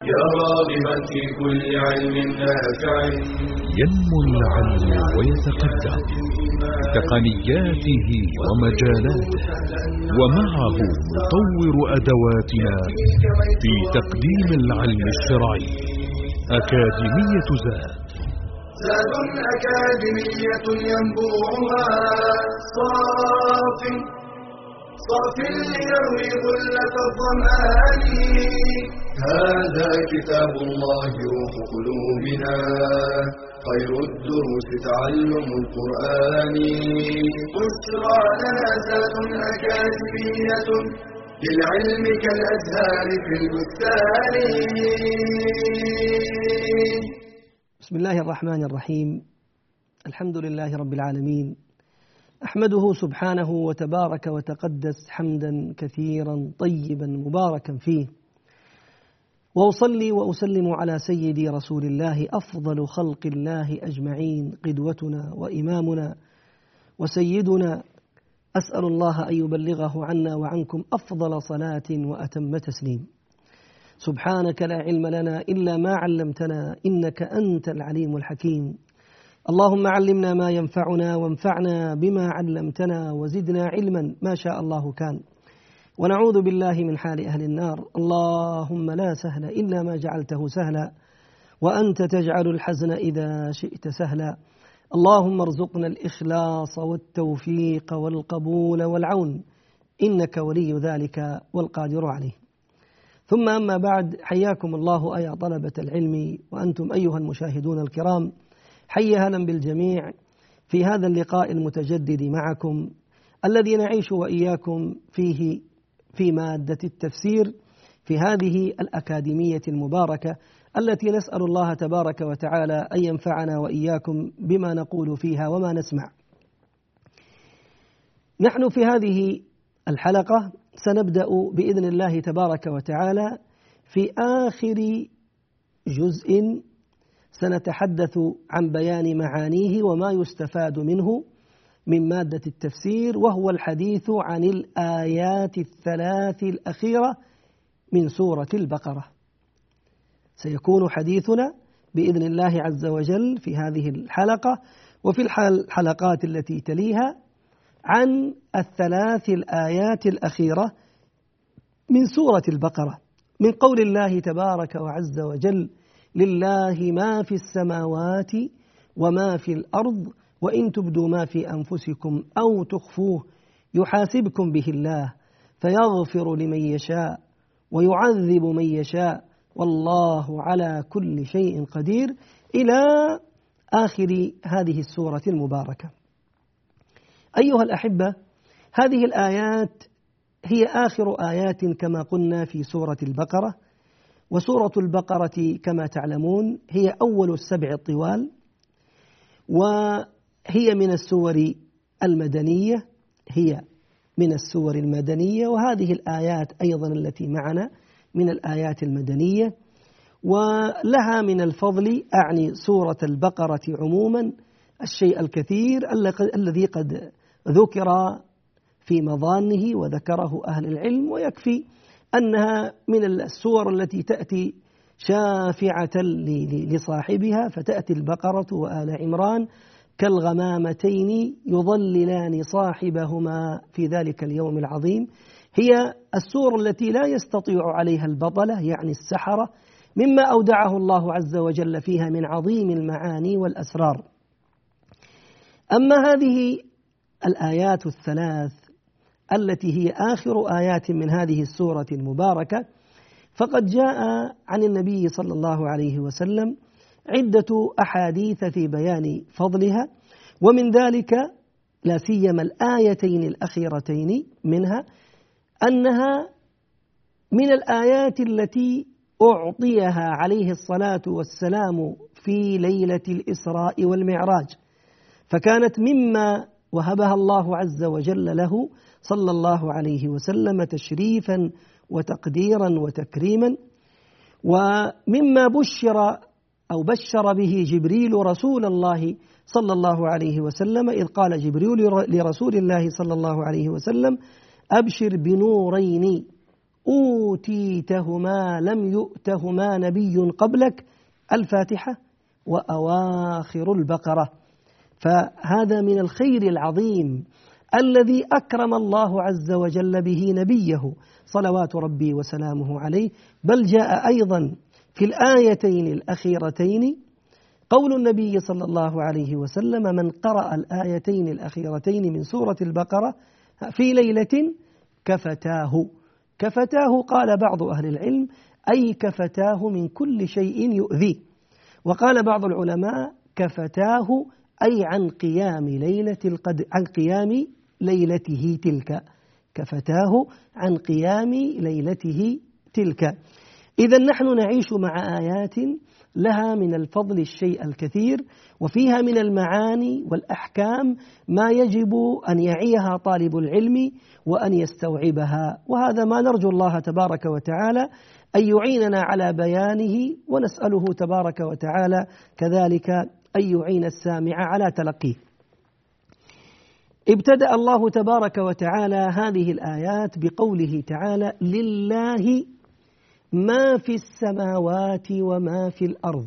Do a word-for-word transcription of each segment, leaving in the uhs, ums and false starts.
يا راغبا في كل علم نافع. ينمو العلم ويتقدم بتقنياته ومجالاته، ومعه نطور أدواتنا في تقديم العلم الشرعي. أكاديمية زاد زاد أكاديمية ينبوعها صاف صاف ليروي غلة الظمآن. هذا كتاب الله روح قلوبنا، خير الدروس تعلم القرآن. بشرى لنا زاد أكاديمية للعلم كالأزهار في البستان. بسم الله الرحمن الرحيم. الحمد لله رب العالمين، أحمده سبحانه وتبارك وتقدس حمدا كثيرا طيبا مباركا فيه، وأصلي وأسلم على سيدي رسول الله أفضل خلق الله أجمعين، قدوتنا وإمامنا وسيدنا. أسأل الله أن يبلغه عنا وعنكم أفضل صلاة وأتم تسليم. سبحانك لا علم لنا إلا ما علمتنا، إنك أنت العليم الحكيم. اللهم علمنا ما ينفعنا وانفعنا بما علمتنا وزدنا علما ما شاء الله كان. ونعوذ بالله من حال أهل النار. اللهم لا سهل إلا ما جعلته سهلا، وأنت تجعل الحزن إذا شئت سهلا. اللهم ارزقنا الإخلاص والتوفيق والقبول والعون، إنك ولي ذلك والقادر عليه. ثم أما بعد، حياكم الله أيها طلبة العلم، وأنتم أيها المشاهدون الكرام، حي هلا بالجميع في هذا اللقاء المتجدد معكم الذي نعيش وإياكم فيه في مادة التفسير في هذه الأكاديمية المباركة التي نسأل الله تبارك وتعالى أن ينفعنا وإياكم بما نقول فيها وما نسمع. نحن في هذه الحلقة سنبدأ بإذن الله تبارك وتعالى في آخر جزء سنتحدث عن بيان معانيه وما يستفاد منه من مادة التفسير، وهو الحديث عن الآيات الثلاث الأخيرة من سورة البقرة. سيكون حديثنا بإذن الله عز وجل في هذه الحلقة وفي الحلقات التي تليها عن الثلاث الآيات الأخيرة من سورة البقرة، من قول الله تبارك وعز وجل: لله ما في السماوات وما في الأرض وإن تبدوا ما في أنفسكم أو تخفوه يحاسبكم به الله فيغفر لمن يشاء ويعذب من يشاء والله على كل شيء قدير، إلى آخر هذه السورة المباركة. أيها الأحبة، هذه الآيات هي آخر آيات كما قلنا في سورة البقرة، وسورة البقرة كما تعلمون هي أول السبع الطوال، وهي من السور المدنية هي من السور المدنية وهذه الآيات أيضا التي معنا من الآيات المدنية، ولها من الفضل، أعني سورة البقرة عموما، الشيء الكثير الذي قد ذكر في مظانه وذكره أهل العلم، ويكفي أنها من السور التي تأتي شافعة لصاحبها، فتأتي البقرة وآل عمران كالغمامتين يظللان صاحبهما في ذلك اليوم العظيم. هي السور التي لا يستطيع عليها البطلة، يعني السحرة، مما أودعه الله عز وجل فيها من عظيم المعاني والأسرار. أما هذه الآيات الثلاث التي هي آخر آيات من هذه السورة المباركة، فقد جاء عن النبي صلى الله عليه وسلم عدة أحاديث في بيان فضلها، ومن ذلك لا سيما الآيتين الأخيرتين منها أنها من الآيات التي أعطيها عليه الصلاة والسلام في ليلة الإسراء والمعراج، فكانت مما وهبها الله عز وجل له صلى الله عليه وسلم تشريفا وتقديرا وتكريما، ومما بشر أو بشر به جبريل رسول الله صلى الله عليه وسلم، إذ قال جبريل لرسول الله صلى الله عليه وسلم: أبشر بنورين أوتيته ما لم يؤتهما نبي قبلك الفاتحة وأواخر البقرة. فهذا من الخير العظيم الذي أكرم الله عز وجل به نبيه صلوات ربي وسلامه عليه. بل جاء أيضا في الآيتين الأخيرتين قول النبي صلى الله عليه وسلم: من قرأ الآيتين الأخيرتين من سورة البقرة في ليلة كفتاه. كفتاه قال بعض أهل العلم أي كفتاه من كل شيء يؤذيه. وقال بعض العلماء كفتاه أي عن قيام ليلة القدر، عن قيام ليلته تلك. كفتاه عن قيام ليلته تلك. إذا نحن نعيش مع آيات لها من الفضل الشيء الكثير، وفيها من المعاني والأحكام ما يجب أن يعيها طالب العلم وأن يستوعبها. وهذا ما نرجو الله تبارك وتعالى أن يعيننا على بيانه، ونسأله تبارك وتعالى كذلك أن يعين السامع على تلقيه. ابتدأ الله تبارك وتعالى هذه الآيات بقوله تعالى: لله ما في السماوات وما في الأرض.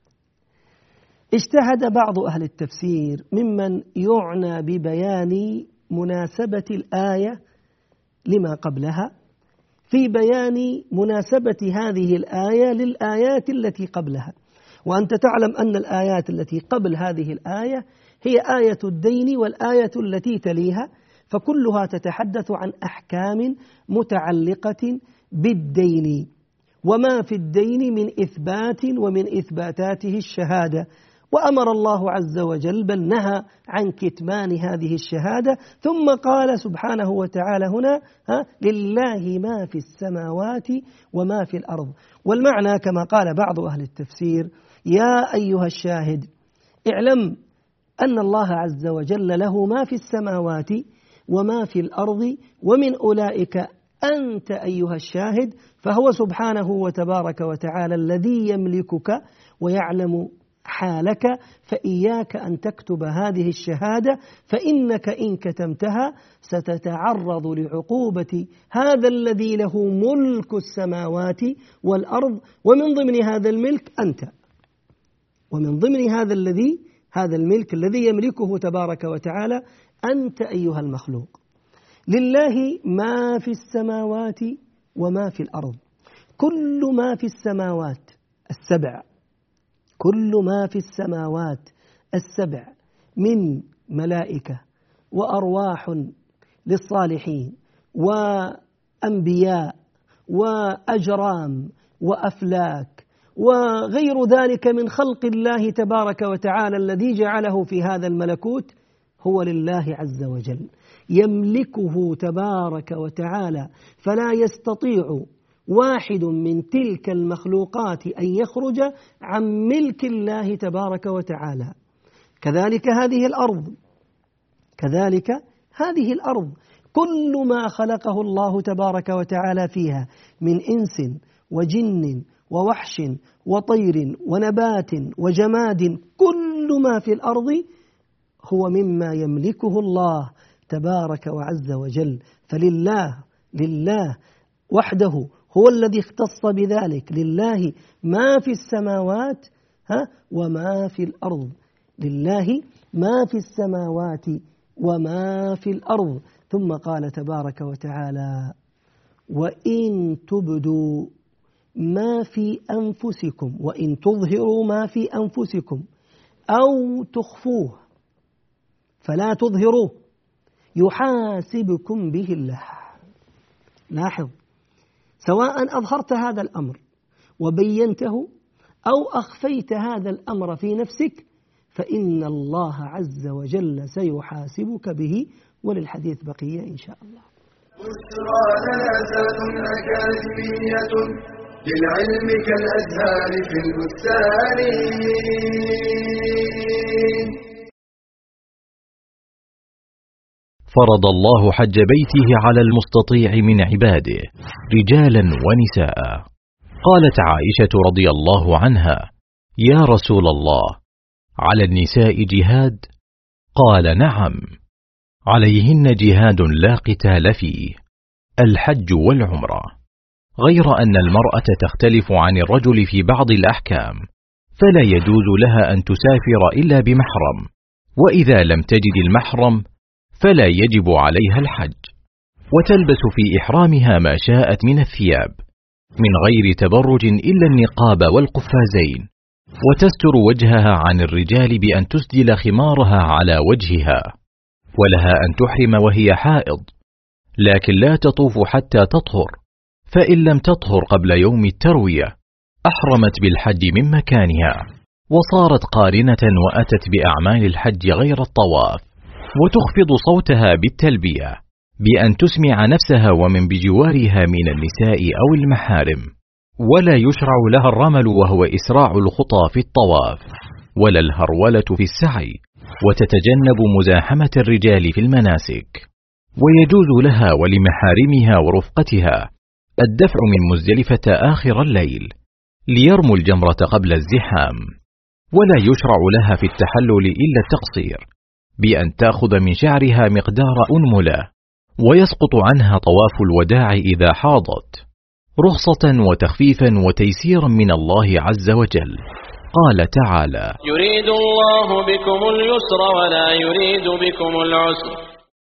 اجتهد بعض أهل التفسير ممن يعنى ببيان مناسبة الآية لما قبلها في بيان مناسبة هذه الآية للآيات التي قبلها. وأنت تعلم أن الآيات التي قبل هذه الآية هي آية الدين والآية التي تليها، فكلها تتحدث عن أحكام متعلقة بالدين وما في الدين من إثبات ومن إثباتاته الشهادة. وأمر الله عز وجل بل نهى عن كتمان هذه الشهادة، ثم قال سبحانه وتعالى هنا: ها لله ما في السماوات وما في الأرض. والمعنى كما قال بعض أهل التفسير: يا أيها الشاهد اعلم أن الله عز وجل له ما في السماوات وما في الأرض، ومن أولئك أنت أيها الشاهد. فهو سبحانه وتبارك وتعالى الذي يملكك ويعلم حالك، فإياك أن تكتب هذه الشهادة، فإنك إن كتمتها ستتعرض لعقوبة هذا الذي له ملك السماوات والأرض، ومن ضمن هذا الملك أنت، ومن ضمن هذا الذي هذا الملك الذي يملكه تبارك وتعالى أنت أيها المخلوق. لله ما في السماوات وما في الأرض. كل ما في السماوات السبع، كل ما في السماوات السبع من ملائكة وأرواح للصالحين وأنبياء وأجرام وأفلاك وغير ذلك من خلق الله تبارك وتعالى الذي جعله في هذا الملكوت هو لله عز وجل، يملكه تبارك وتعالى، فلا يستطيع واحد من تلك المخلوقات أن يخرج عن ملك الله تبارك وتعالى. كذلك هذه الأرض، كذلك هذه الأرض كل ما خلقه الله تبارك وتعالى فيها من إنس وجن ووحش وطير ونبات وجماد، كل ما في الأرض هو مما يملكه الله تبارك وعز وجل. فلله لله وحده هو الذي اختص بذلك. لله ما في السماوات ها وما في الأرض. لله ما في السماوات وما في الأرض. ثم قال تبارك وتعالى: وإن تبدوا ما في أنفسكم، وإن تظهروا ما في أنفسكم أو تخفوه فلا تظهروه يحاسبكم به الله. لاحظ، سواء أظهرت هذا الأمر وبينته أو أخفيت هذا الأمر في نفسك فإن الله عز وجل سيحاسبك به. وللحديث بقية إن شاء الله. بشرى جلسات أكاديمية للعلم كالأزهار في البستان. فرض الله حج بيته على المستطيع من عباده رجالا ونساء. قالت عائشة رضي الله عنها: يا رسول الله، على النساء جهاد؟ قال: نعم، عليهن جهاد لا قتال فيه، الحج والعمرة. غير أن المرأة تختلف عن الرجل في بعض الأحكام، فلا يجوز لها أن تسافر إلا بمحرم، وإذا لم تجد المحرم فلا يجب عليها الحج، وتلبس في إحرامها ما شاءت من الثياب من غير تبرج إلا النقاب والقفازين، وتستر وجهها عن الرجال بأن تسدل خمارها على وجهها، ولها أن تحرم وهي حائض، لكن لا تطوف حتى تطهر، فإن لم تطهر قبل يوم التروية أحرمت بالحج من مكانها، وصارت قارنة وأتت بأعمال الحج غير الطواف، وتخفض صوتها بالتلبية بأن تسمع نفسها ومن بجوارها من النساء أو المحارم، ولا يشرع لها الرمل وهو إسراع الخطى في الطواف، ولا الهرولة في السعي، وتتجنب مزاحمة الرجال في المناسك. ويجوز لها ولمحارمها ورفقتها الدفع من مزدلفة آخر الليل ليرموا الجمرة قبل الزحام، ولا يشرع لها في التحلل إلا التقصير بأن تأخذ من شعرها مقدار أنملة، ويسقط عنها طواف الوداع إذا حاضت، رخصة وتخفيفا وتيسيرا من الله عز وجل. قال تعالى: يريد الله بكم اليسر ولا يريد بكم العسر.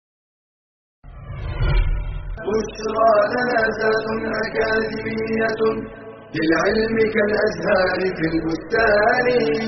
بشرى لنا ذات أكاديمية للعلم كالأزهار في البستان.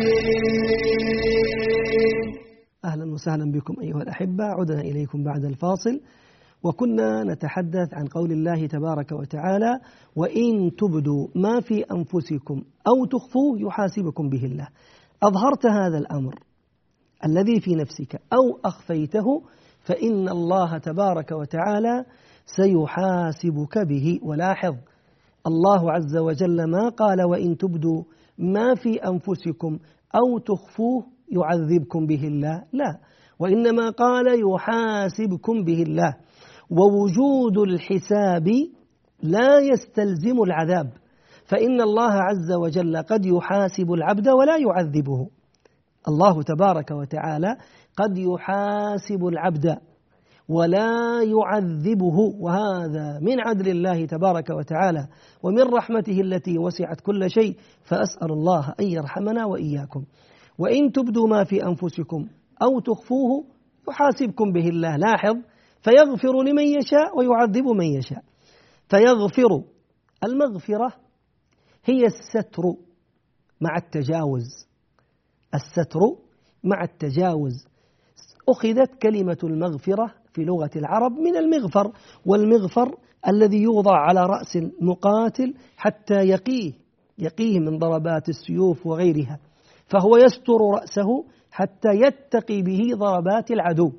أهلا وسهلا بكم أيها الأحبة، عدنا إليكم بعد الفاصل، وكنا نتحدث عن قول الله تبارك وتعالى: وإن تبدوا ما في أنفسكم أو تخفوه يحاسبكم به الله. أظهرت هذا الأمر الذي في نفسك أو أخفيته فإن الله تبارك وتعالى سيحاسبك به. ولاحظ الله عز وجل ما قال وإن تبدوا ما في أنفسكم أو تخفوه يعذبكم به الله، لا، وإنما قال يحاسبكم به الله. ووجود الحساب لا يستلزم العذاب، فإن الله عز وجل قد يحاسب العبد ولا يعذبه. الله تبارك وتعالى قد يحاسب العبد ولا يعذبه، وهذا من عدل الله تبارك وتعالى ومن رحمته التي وسعت كل شيء، فأسأل الله أن يرحمنا وإياكم. وإن تبدوا ما في أنفسكم أو تخفوه يحاسبكم به الله. لاحظ: فيغفر لمن يشاء ويعذب من يشاء. فيغفر، المغفرة هي الستر مع التجاوز، الستر مع التجاوز. أخذت كلمة المغفرة في لغة العرب من المغفر، والمغفر الذي يوضع على رأس المقاتل حتى يقيه يقيه من ضربات السيوف وغيرها، فهو يستر رأسه حتى يتقي به ضربات العدو.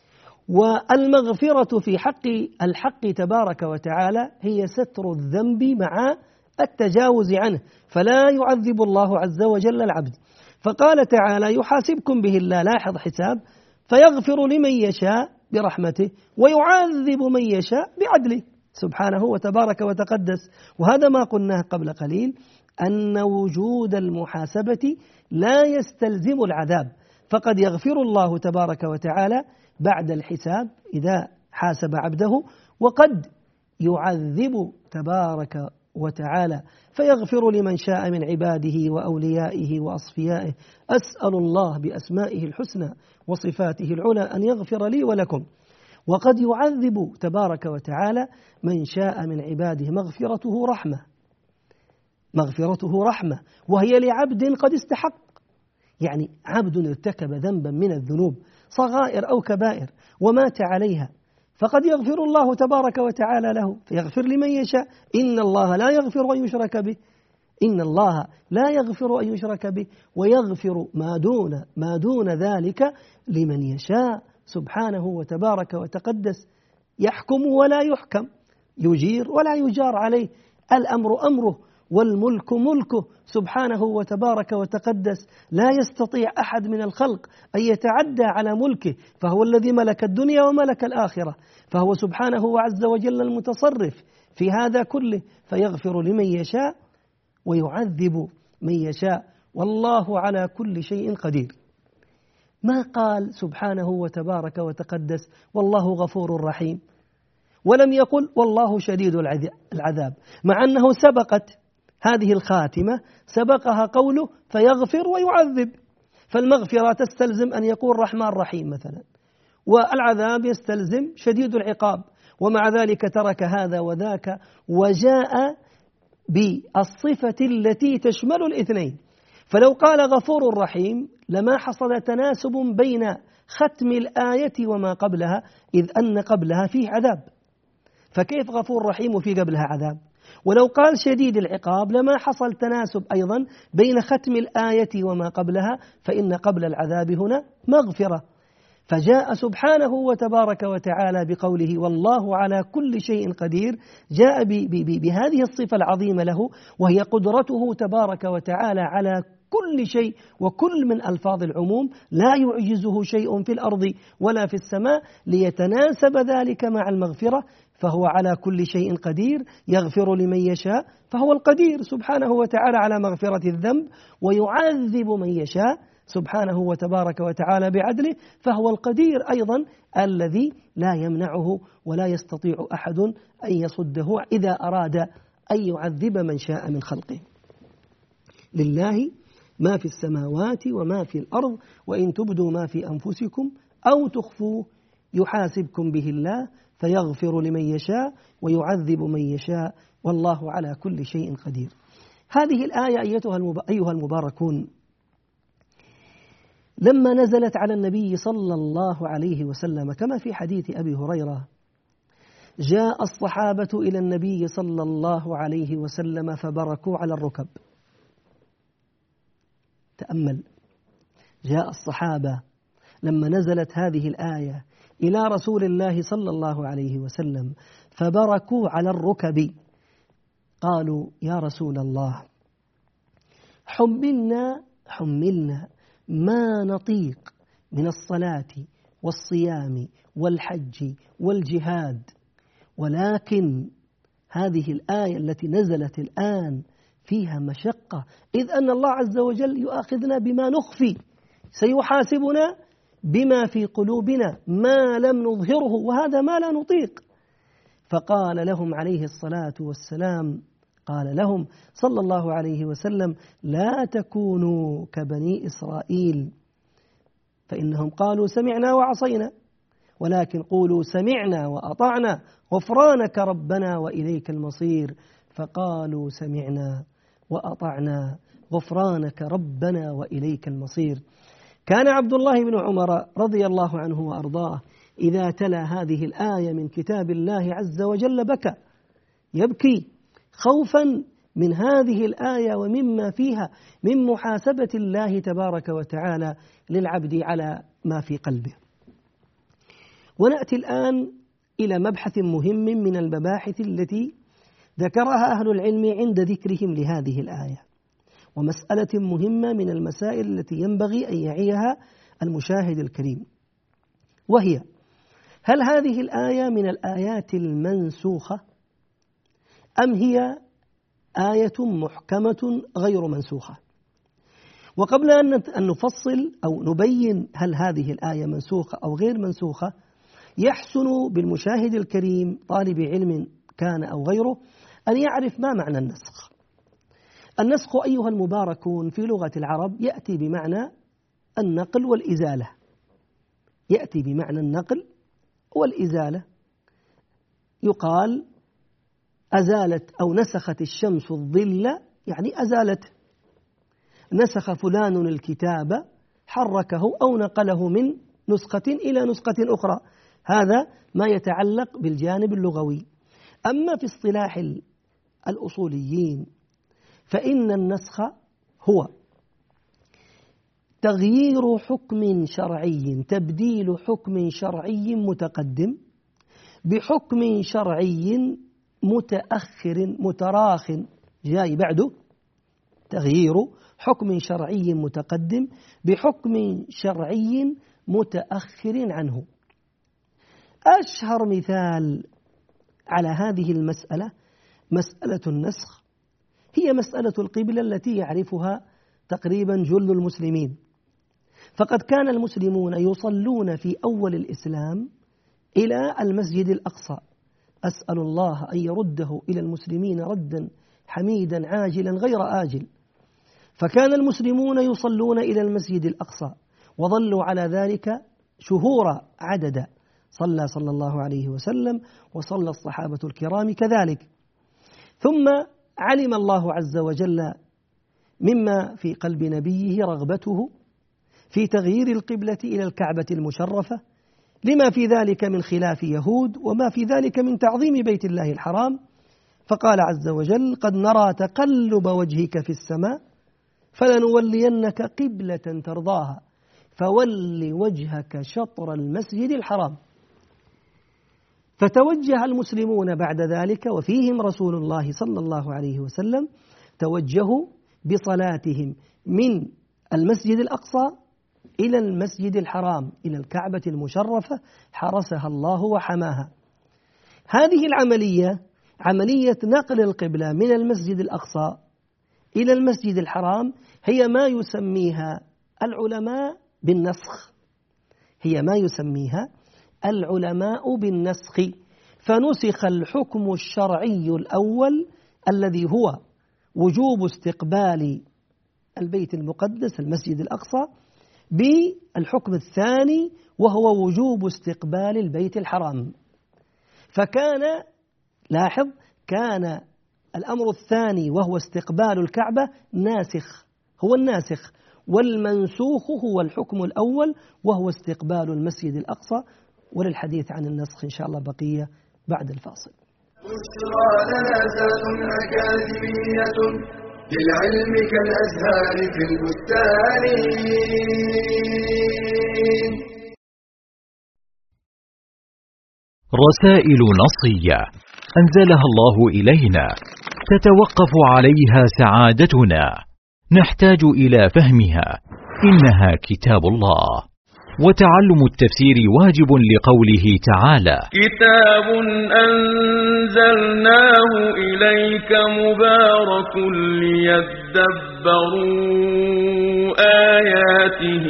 والمغفرة في حق الحق تبارك وتعالى هي ستر الذنب مع التجاوز عنه، فلا يعذب الله عز وجل العبد. فقال تعالى: يحاسبكم به الله. لاحظ: حساب، فيغفر لمن يشاء برحمته ويعذب من يشاء بعدله سبحانه وتبارك وتقدس. وهذا ما قلناه قبل قليل، أن وجود المحاسبة لا يستلزم العذاب، فقد يغفر الله تبارك وتعالى بعد الحساب إذا حاسب عبده، وقد يعذب تبارك وتعالى فيغفر لمن شاء من عباده وأوليائه وأصفيائه. أسأل الله بأسمائه الحسنى وصفاته العلى أن يغفر لي ولكم. وقد يعذب تبارك وتعالى من شاء من عباده. مغفرته رحمة، مغفرته رحمة، وهي لعبد قد استحق، يعني عبد ارتكب ذنبا من الذنوب صغائر أو كبائر ومات عليها، فقد يغفر الله تبارك وتعالى له، فيغفر لمن يشاء. إن الله لا يغفر أن يشرك به، إن الله لا يغفر أن يشرك به، ويغفر ما دون ما دون ذلك لمن يشاء سبحانه وتبارك وتقدس. يحكم ولا يحكم، يجير ولا يجار عليه، الأمر أمره والملك ملكه سبحانه وتبارك وتقدس. لا يستطيع أحد من الخلق أن يتعدى على ملكه، فهو الذي ملك الدنيا وملك الآخرة، فهو سبحانه عز وجل المتصرف في هذا كله، فيغفر لمن يشاء ويعذب من يشاء، والله على كل شيء قدير. ما قال سبحانه وتبارك وتقدس والله غفور رحيم، ولم يقل والله شديد العذاب، مع أنه سبقت هذه الخاتمة سبقها قوله فيغفر ويعذب، فالمغفرة تستلزم أن يقول رحمن رحيم مثلا، والعذاب يستلزم شديد العقاب، ومع ذلك ترك هذا وذاك وجاء بالصفة التي تشمل الاثنين. فلو قال غفور رحيم لما حصل تناسب بين ختم الآية وما قبلها، إذ أن قبلها فيه عذاب، فكيف غفور رحيم وفي قبلها عذاب؟ ولو قال شديد العقاب لما حصل تناسب أيضا بين ختم الآية وما قبلها، فإن قبل العذاب هنا مغفرة. فجاء سبحانه وتبارك وتعالى بقوله والله على كل شيء قدير، جاء بهذه الصفة العظيمة له، وهي قدرته تبارك وتعالى على كل شيء، وكل من ألفاظ العموم لا يعجزه شيء في الأرض ولا في السماء، ليتناسب ذلك مع المغفرة. فهو على كل شيء قدير، يغفر لمن يشاء، فهو القدير سبحانه وتعالى على مغفرة الذنب، ويعذب من يشاء سبحانه وتبارك وتعالى بعدله، فهو القدير أيضا الذي لا يمنعه ولا يستطيع أحد أن يصده إذا أراد أن يعذب من شاء من خلقه. لله ما في السماوات وما في الأرض، وإن تبدوا ما في أنفسكم أو تخفوه يحاسبكم به الله فيغفر لمن يشاء ويعذب من يشاء والله على كل شيء قدير. هذه الآية أيها المباركون لما نزلت على النبي صلى الله عليه وسلم كما في حديث أبي هريرة، جاء الصحابة إلى النبي صلى الله عليه وسلم فبركوا على الركب. تأمل، جاء الصحابة لما نزلت هذه الآية إلى رسول الله صلى الله عليه وسلم فبركوا على الركب، قالوا يا رسول الله حملنا حملنا ما نطيق من الصلاة والصيام والحج والجهاد، ولكن هذه الآية التي نزلت الآن فيها مشقة، إذ أن الله عز وجل يؤاخذنا بما نخفي، سيحاسبنا بما في قلوبنا ما لم نظهره، وهذا ما لا نطيق. فقال لهم عليه الصلاة والسلام قال لهم صلى الله عليه وسلم لا تكونوا كبني إسرائيل، فإنهم قالوا سمعنا وعصينا، ولكن قولوا سمعنا وأطعنا غفرانك ربنا وإليك المصير. فقالوا سمعنا وأطعنا غفرانك ربنا وإليك المصير. كان عبد الله بن عمر رضي الله عنه وأرضاه إذا تلا هذه الآية من كتاب الله عز وجل بكى، يبكي خوفا من هذه الآية ومما فيها من محاسبة الله تبارك وتعالى للعبد على ما في قلبه. ونأتي الآن إلى مبحث مهم من المباحث التي ذكرها أهل العلم عند ذكرهم لهذه الآية، ومسألة مهمة من المسائل التي ينبغي أن يعيها المشاهد الكريم، وهي هل هذه الآية من الآيات المنسوخة أم هي آية محكمة غير منسوخة؟ وقبل أن نفصل أو نبين هل هذه الآية منسوخة أو غير منسوخة، يحسن بالمشاهد الكريم طالب علم كان أو غيره أن يعرف ما معنى النسخ. النسخ أيها المباركون في لغة العرب يأتي بمعنى النقل والإزالة، يأتي بمعنى النقل والإزالة. يقال أزالت أو نسخت الشمس الظل، يعني أزالت. نسخ فلان الكتاب، حركه أو نقله من نسخة إلى نسخة أخرى، هذا ما يتعلق بالجانب اللغوي. أما في اصطلاح الأصوليين فإن النسخ هو تغيير حكم شرعي، تبديل حكم شرعي متقدم بحكم شرعي متأخر متراخ جاي بعده، تغيير حكم شرعي متقدم بحكم شرعي متأخر عنه. أشهر مثال على هذه المسألة مسألة النسخ هي مسألة القبلة التي يعرفها تقريبا جل المسلمين. فقد كان المسلمون يصلون في أول الإسلام إلى المسجد الأقصى، أسأل الله أن يرده إلى المسلمين ردا حميدا عاجلا غير آجل. فكان المسلمون يصلون إلى المسجد الأقصى وظلوا على ذلك شهور عددا، صلى صلى الله عليه وسلم وصلى الصحابة الكرام كذلك. ثم علم الله عز وجل مما في قلب نبيه رغبته في تغيير القبلة إلى الكعبة المشرفة، لما في ذلك من خلاف يهود وما في ذلك من تعظيم بيت الله الحرام، فقال عز وجل: قد نرى تقلب وجهك في السماء فلنولينك قبلة ترضاها فول وجهك شطر المسجد الحرام. فتوجه المسلمون بعد ذلك وفيهم رسول الله صلى الله عليه وسلم، توجهوا بصلاتهم من المسجد الأقصى إلى المسجد الحرام، إلى الكعبة المشرفة حرسها الله وحماها. هذه العملية عملية نقل القبلة من المسجد الأقصى إلى المسجد الحرام هي ما يسميها العلماء بالنسخ، هي ما يسميها العلماء بالنسخ. فنسخ الحكم الشرعي الأول الذي هو وجوب استقبال البيت المقدس المسجد الأقصى بالحكم الثاني وهو وجوب استقبال البيت الحرام. فكان لاحظ كان الأمر الثاني وهو استقبال الكعبة ناسخ، هو الناسخ، والمنسوخ هو الحكم الأول وهو استقبال المسجد الأقصى. وللحديث عن النسخ إن شاء الله بقية بعد الفاصل. بشرى لنا ذات أكاديمية للعلم كالأزهار في البستان. رسائل نصية أنزلها الله إلينا تتوقف عليها سعادتنا، نحتاج إلى فهمها، إنها كتاب الله. وتعلم التفسير واجب لقوله تعالى: كتاب أنزلناه إليك مبارك ليدبروا آياته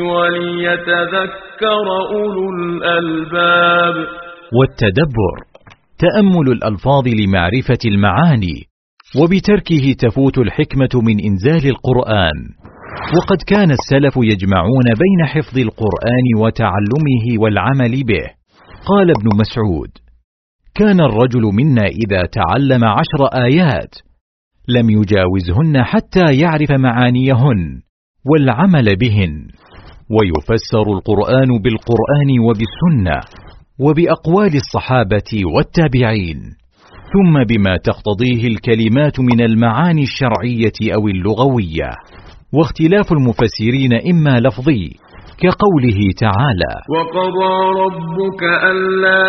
وليتذكر أولو الألباب. والتدبر تأمل الألفاظ لمعرفة المعاني، وبتركه تفوت الحكمة من إنزال القرآن. وقد كان السلف يجمعون بين حفظ القرآن وتعلمه والعمل به. قال ابن مسعود: كان الرجل منا إذا تعلم عشر آيات لم يجاوزهن حتى يعرف معانيهن والعمل بهن. ويفسر القرآن بالقرآن وبالسنة وبأقوال الصحابة والتابعين، ثم بما تقتضيه الكلمات من المعاني الشرعية أو اللغوية. واختلاف المفسرين إما لفظي كقوله تعالى: وقضى ربك ألا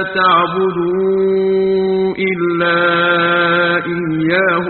تعبدوا إلا إياه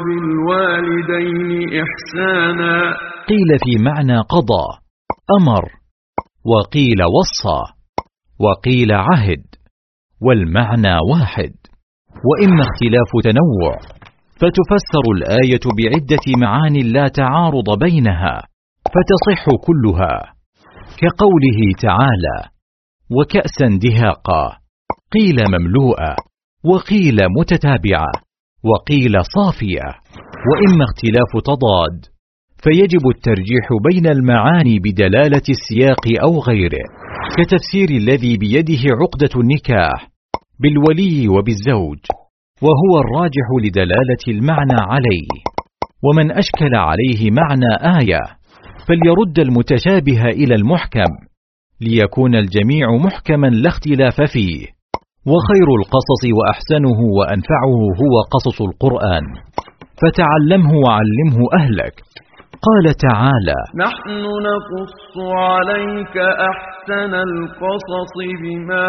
وبالوالدين إحسانا. قيل في معنى قضى أمر، وقيل وصى، وقيل عهد، والمعنى واحد، وإما اختلاف تنوع، فتفسر الآية بعدة معان لا تعارض بينها فتصح كلها، كقوله تعالى: وكأسا دهاقا، قيل مملوءة، وقيل متتابعة، وقيل صافية. وإما اختلاف تضاد، فيجب الترجيح بين المعاني بدلالة السياق أو غيره، كتفسير الذي بيده عقدة النكاح بالولي وبالزوج، وهو الراجح لدلالة المعنى عليه. ومن أشكل عليه معنى آية فليرد المتشابه إلى المحكم ليكون الجميع محكما لا اختلاف فيه. وخير القصص وأحسنه وأنفعه هو قصص القرآن، فتعلمه وعلمه أهلك. قال تعالى: نحن نقص عليك أحسن القصص بما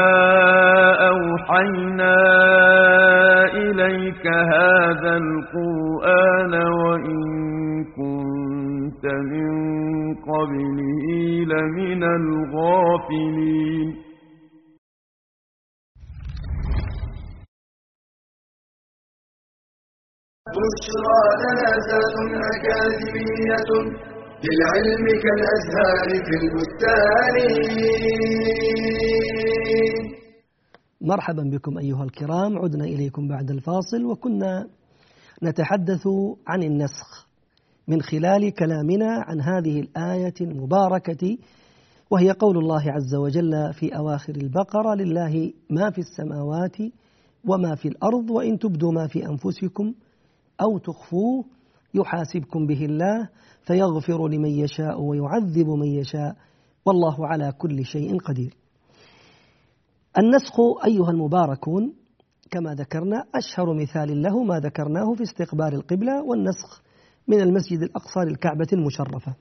أوحينا إليك هذا القرآن وإن كنت من قبله لمن الغافلين. بشرى لنا ذات أكاديمية للعلم كالأزهار في البستان. مرحبا بكم أيها الكرام، عدنا إليكم بعد الفاصل، وكنا نتحدث عن النسخ من خلال كلامنا عن هذه الآية المباركة، وهي قول الله عز وجل في أواخر البقرة: لله ما في السماوات وما في الأرض وإن تبدوا ما في أنفسكم أو تخفوه يحاسبكم به الله فيغفر لمن يشاء ويعذب من يشاء والله على كل شيء قدير. النسخ أيها المباركون كما ذكرنا أشهر مثال له ما ذكرناه في استقبال القبلة والنسخ من المسجد الأقصى للكعبة المشرفة.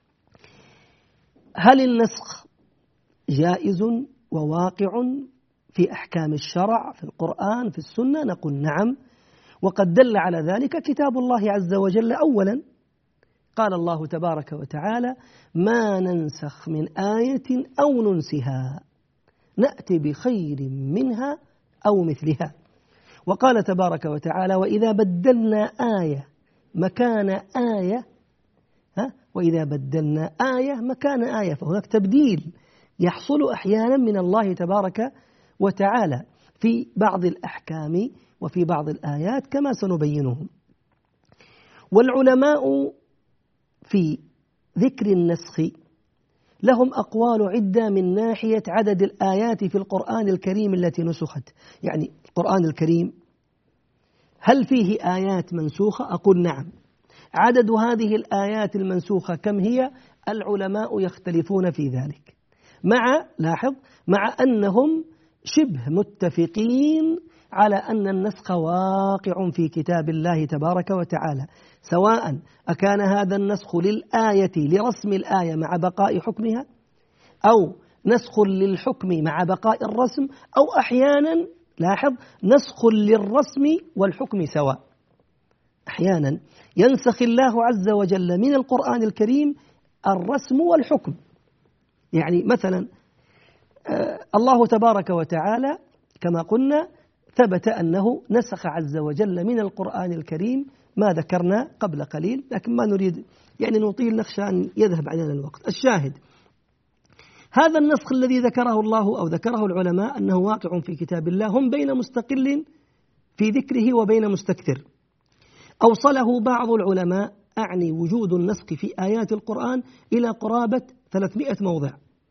هل النسخ جائز وواقع في أحكام الشرع في القرآن في السنة؟ نقول نعم، وقد دل على ذلك كتاب الله عز وجل. أولا قال الله تبارك وتعالى: ما ننسخ من آية أو ننسها نأتي بخير منها أو مثلها. وقال تبارك وتعالى: وإذا بدلنا آية مكان آية ها وإذا بدلنا آية مكان آية، فهناك تبديل يحصل أحيانا من الله تبارك وتعالى في بعض الأحكام وفي بعض الآيات كما سنبينه. والعلماء في ذكر النسخ لهم أقوال عدة من ناحية عدد الآيات في القرآن الكريم التي نسخت. يعني القرآن الكريم هل فيه آيات منسوخة؟ أقول نعم. عدد هذه الآيات المنسوخة كم هي؟ العلماء يختلفون في ذلك، مع لاحظ مع أنهم شبه متفقين على أن النسخ واقع في كتاب الله تبارك وتعالى، سواء أكان هذا النسخ للآية لرسم الآية مع بقاء حكمها، أو نسخ للحكم مع بقاء الرسم، أو أحيانا لاحظ نسخ للرسم والحكم سواء. أحيانا ينسخ الله عز وجل من القرآن الكريم الرسم والحكم. يعني مثلا الله تبارك وتعالى كما قلنا ثبت أنه نسخ عز وجل من القرآن الكريم ما ذكرنا قبل قليل، لكن ما نريد يعني نطيل نخشى أن يذهب علينا الوقت. الشاهد هذا النسخ الذي ذكره الله أو ذكره العلماء أنه واقع في كتاب الله، هم بين مستقل في ذكره وبين مستكثر. أوصله بعض العلماء أعني وجود النسخ في آيات القرآن إلى قرابة ثلاثمائة موضع،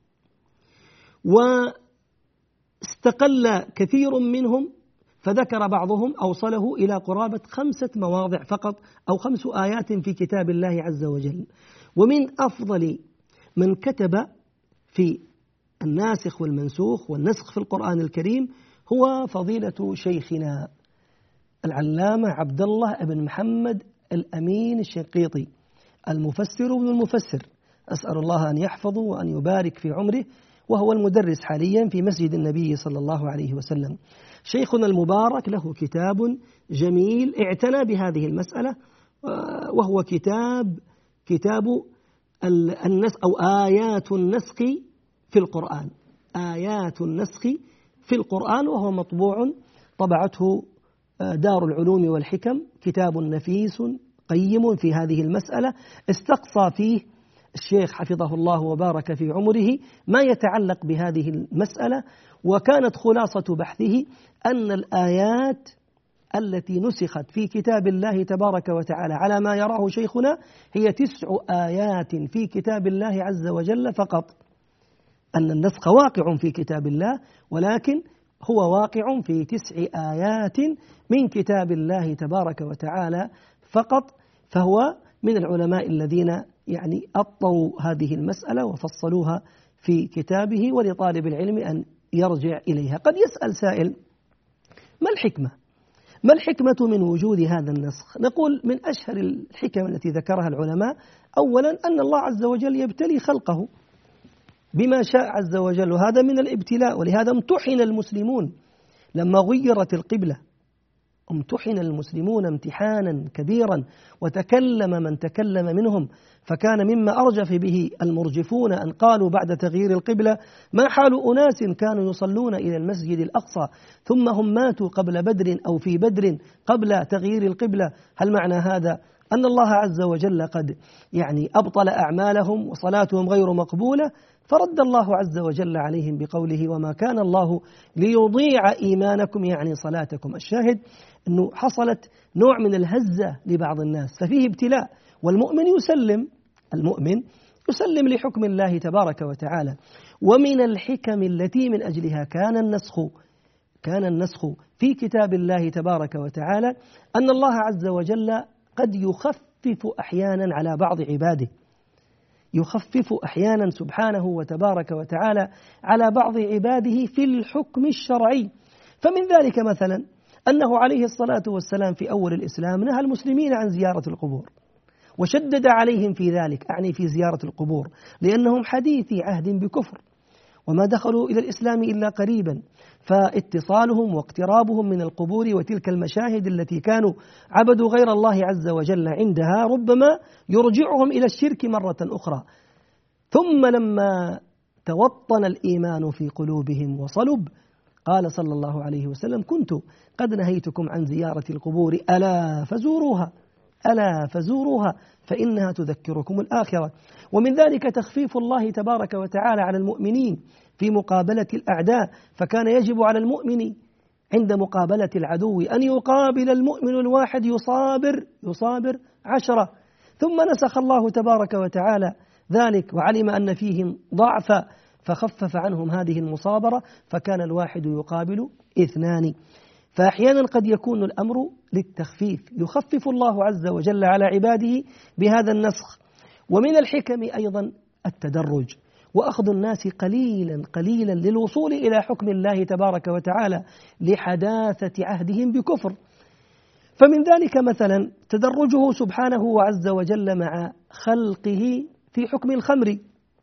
واستقل كثير منهم فذكر بعضهم أوصله إلى قرابة خمسة مواضع فقط أو خمس آيات في كتاب الله عز وجل. ومن أفضل من كتب في الناسخ والمنسوخ والنسخ في القرآن الكريم هو فضيلة شيخنا العلامة عبد الله بن محمد الأمين الشنقيطي، المفسر ابن المفسر، أسأل الله أن يحفظه وأن يبارك في عمره، وهو المدرس حاليا في مسجد النبي صلى الله عليه وسلم. شيخنا المبارك له كتاب جميل اعتنى بهذه المسألة، وهو كتاب كتاب النسخ أو آيات النسخ في القرآن، آيات النسخ في القرآن، وهو مطبوع طبعته دار العلوم والحكم، كتاب نفيس قيم في هذه المسألة. استقصى فيه الشيخ حفظه الله وبارك في عمره ما يتعلق بهذه المسألة، وكانت خلاصة بحثه أن الآيات التي نسخت في كتاب الله تبارك وتعالى على ما يراه شيخنا هي تسع آيات في كتاب الله عز وجل فقط. أن النسخ واقع في كتاب الله، ولكن هو واقع في تسع آيات من كتاب الله تبارك وتعالى فقط. فهو من العلماء الذين يعني أطوا هذه المسألة وفصلوها في كتابه، ولطالب العلم أن يرجع إليها. قد يسأل سائل: ما الحكمة؟ ما الحكمة من وجود هذا النسخ؟ نقول من أشهر الحكم التي ذكرها العلماء أولا أن الله عز وجل يبتلي خلقه بما شاء عز وجل، وهذا من الابتلاء، ولهذا امتحن المسلمون لما غيرت القبلة، امتحن المسلمون امتحانا كبيرا، وتكلم من تكلم منهم، فكان مما أرجف به المرجفون أن قالوا بعد تغيير القبلة: ما حال أناس كانوا يصلون إلى المسجد الأقصى ثم هم ماتوا قبل بدر أو في بدر قبل تغيير القبلة، هل معنى هذا أن الله عز وجل قد يعني أبطل أعمالهم وصلاتهم غير مقبولة، فرد الله عز وجل عليهم بقوله وما كان الله ليضيع إيمانكم يعني صلاتكم. الشاهد أنه حصلت نوع من الهزة لبعض الناس، ففيه ابتلاء، والمؤمن يسلم المؤمن يسلم لحكم الله تبارك وتعالى. ومن الحكم التي من أجلها كان النسخ كان النسخ في كتاب الله تبارك وتعالى أن الله عز وجل قد يخفف أحيانا على بعض عباده، يخفف أحيانا سبحانه وتبارك وتعالى على بعض عباده في الحكم الشرعي. فمن ذلك مثلا أنه عليه الصلاة والسلام في أول الإسلام نهى المسلمين عن زيارة القبور، وشدد عليهم في ذلك، أعني في زيارة القبور، لأنهم حديثي عهد بكفر وما دخلوا إلى الإسلام إلا قريبا، فاتصالهم واقترابهم من القبور وتلك المشاهد التي كانوا عبدوا غير الله عز وجل عندها ربما يرجعهم إلى الشرك مرة أخرى. ثم لما توطن الإيمان في قلوبهم وصلب قال صلى الله عليه وسلم كنت قد نهيتكم عن زيارة القبور ألا فزوروها ألا فزوروها فإنها تذكركم الآخرة. ومن ذلك تخفيف الله تبارك وتعالى على المؤمنين في مقابلة الأعداء، فكان يجب على المؤمن عند مقابلة العدو أن يقابل المؤمن الواحد يصابر يصابر عشرة. ثم نسخ الله تبارك وتعالى ذلك وعلم أن فيهم ضعفا فخفف عنهم هذه المصابرة، فكان الواحد يقابل اثنان. فأحيانا قد يكون الأمر للتخفيف، يخفف الله عز وجل على عباده بهذا النسخ. ومن الحكم أيضا التدرج وأخذ الناس قليلا قليلا للوصول إلى حكم الله تبارك وتعالى لحداثة عهدهم بكفر. فمن ذلك مثلا تدرجه سبحانه عز وجل مع خلقه في حكم الخمر.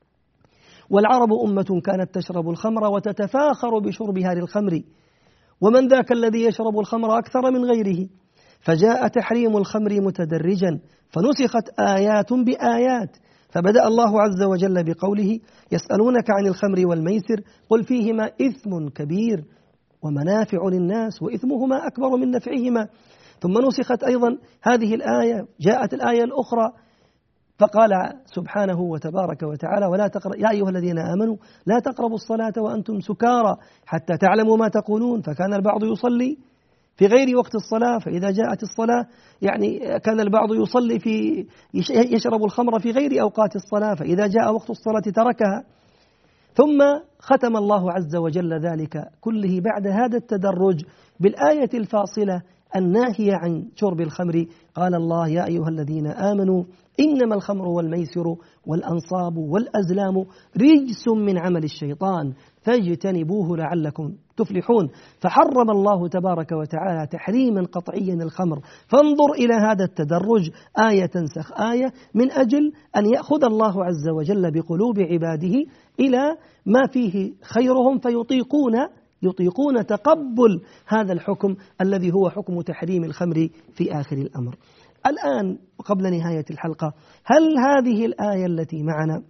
والعرب أمة كانت تشرب الخمر وتتفاخر بشربها للخمر، ومن ذاك الذي يشرب الخمر أكثر من غيره، فجاء تحريم الخمر متدرجا فنسخت آيات بآيات، فبدأ الله عز وجل بقوله يسألونك عن الخمر والميسر قل فيهما إثم كبير ومنافع للناس وإثمهما أكبر من نفعهما. ثم نسخت أيضا هذه الآية، جاءت الآية الأخرى فقال سبحانه وتبارك وتعالى ولا تقرأ يا أيها الذين آمنوا لا تقربوا الصلاة وأنتم سكارى حتى تعلموا ما تقولون، فكان البعض يصلي في غير وقت الصلاة، فإذا جاءت الصلاة يعني كان البعض يصلي في يشرب الخمر في غير أوقات الصلاة، فإذا جاء وقت الصلاة تركها. ثم ختم الله عز وجل ذلك كله بعد هذا التدرج بالآية الفاصلة الناهية عن شرب الخمر. قال الله يا أيها الذين آمنوا إنما الخمر والميسر والأنصاب والأزلام رجس من عمل الشيطان فاجتنبوه لعلكم تفلحون. فحرم الله تبارك وتعالى تحريما قطعيا الخمر. فانظر إلى هذا التدرج، آية تنسخ آية من أجل أن يأخذ الله عز وجل بقلوب عباده إلى ما فيه خيرهم فيطيقون يطيقون تقبل هذا الحكم الذي هو حكم تحريم الخمر في آخر الأمر. الآن قبل نهاية الحلقة، هل هذه الآية التي معنا،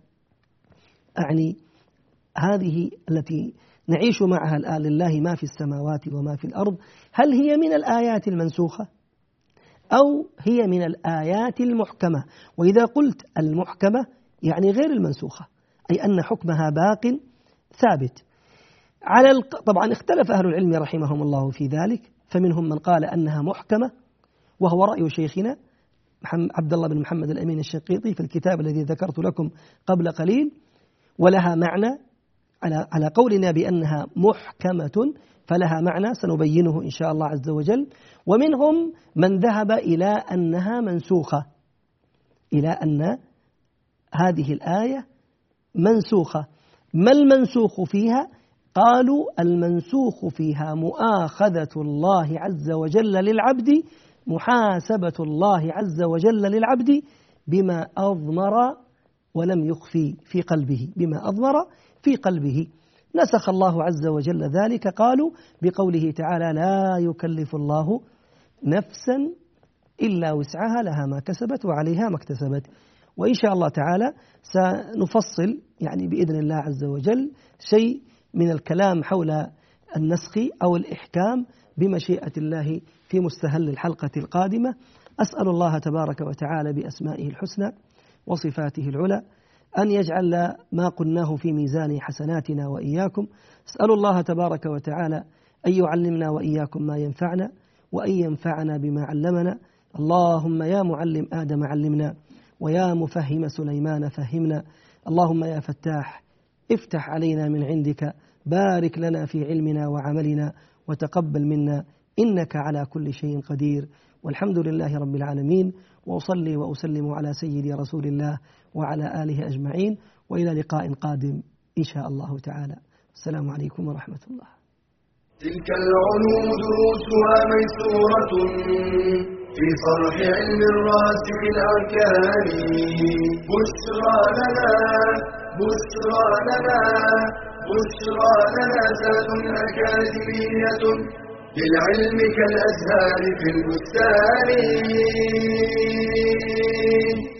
أعني هذه التي نعيش معها الآن لله ما في السماوات وما في الأرض، هل هي من الآيات المنسوخة أو هي من الآيات المحكمة؟ وإذا قلت المحكمة يعني غير المنسوخة، أي أن حكمها باق ثابت. على الق... طبعا اختلف أهل العلم رحمهم الله في ذلك، فمنهم من قال أنها محكمة وهو رأي شيخنا عبد الله بن محمد الأمين الشنقيطي في الكتاب الذي ذكرت لكم قبل قليل، ولها معنى على على قولنا بأنها محكمة فلها معنى سنبينه إن شاء الله عز وجل. ومنهم من ذهب إلى أنها منسوخة، إلى أن هذه الآية منسوخة. ما المنسوخ فيها؟ قالوا المنسوخ فيها مؤاخذة الله عز وجل للعبد، محاسبة الله عز وجل للعبد بما أضمر ولم يخفي في قلبه، بما أضمر في قلبه. نسخ الله عز وجل ذلك، قالوا بقوله تعالى لا يكلف الله نفسا إلا وسعها لها ما كسبت وعليها ما اكتسبت. وإن شاء الله تعالى سنفصل يعني بإذن الله عز وجل شيء من الكلام حول النسخ أو الإحكام بمشيئة الله في مستهل الحلقة القادمة. أسأل الله تبارك وتعالى بأسمائه الحسنى وصفاته العلى أن يجعل ما قلناه في ميزان حسناتنا وإياكم. أسأل الله تبارك وتعالى أن يعلمنا وإياكم ما ينفعنا وأن ينفعنا بما علمنا. اللهم يا معلم آدم علمنا ويا مفهم سليمان فهمنا. اللهم يا فتاح افتح علينا من عندك، بارك لنا في علمنا وعملنا وتقبل منا إنك على كل شيء قدير. والحمد لله رب العالمين، وأصلي وأسلم على سيدي رسول الله وعلى آله أجمعين، وإلى لقاء قادم إن شاء الله تعالى. السلام عليكم ورحمة الله. تلك العلوم دروسها ميسورة في صرح علم الراسخ الأركان. بشرى لنا بشرى لنا بشرى لنا ذات أكاديمية للعلم كالأزهار في البستان.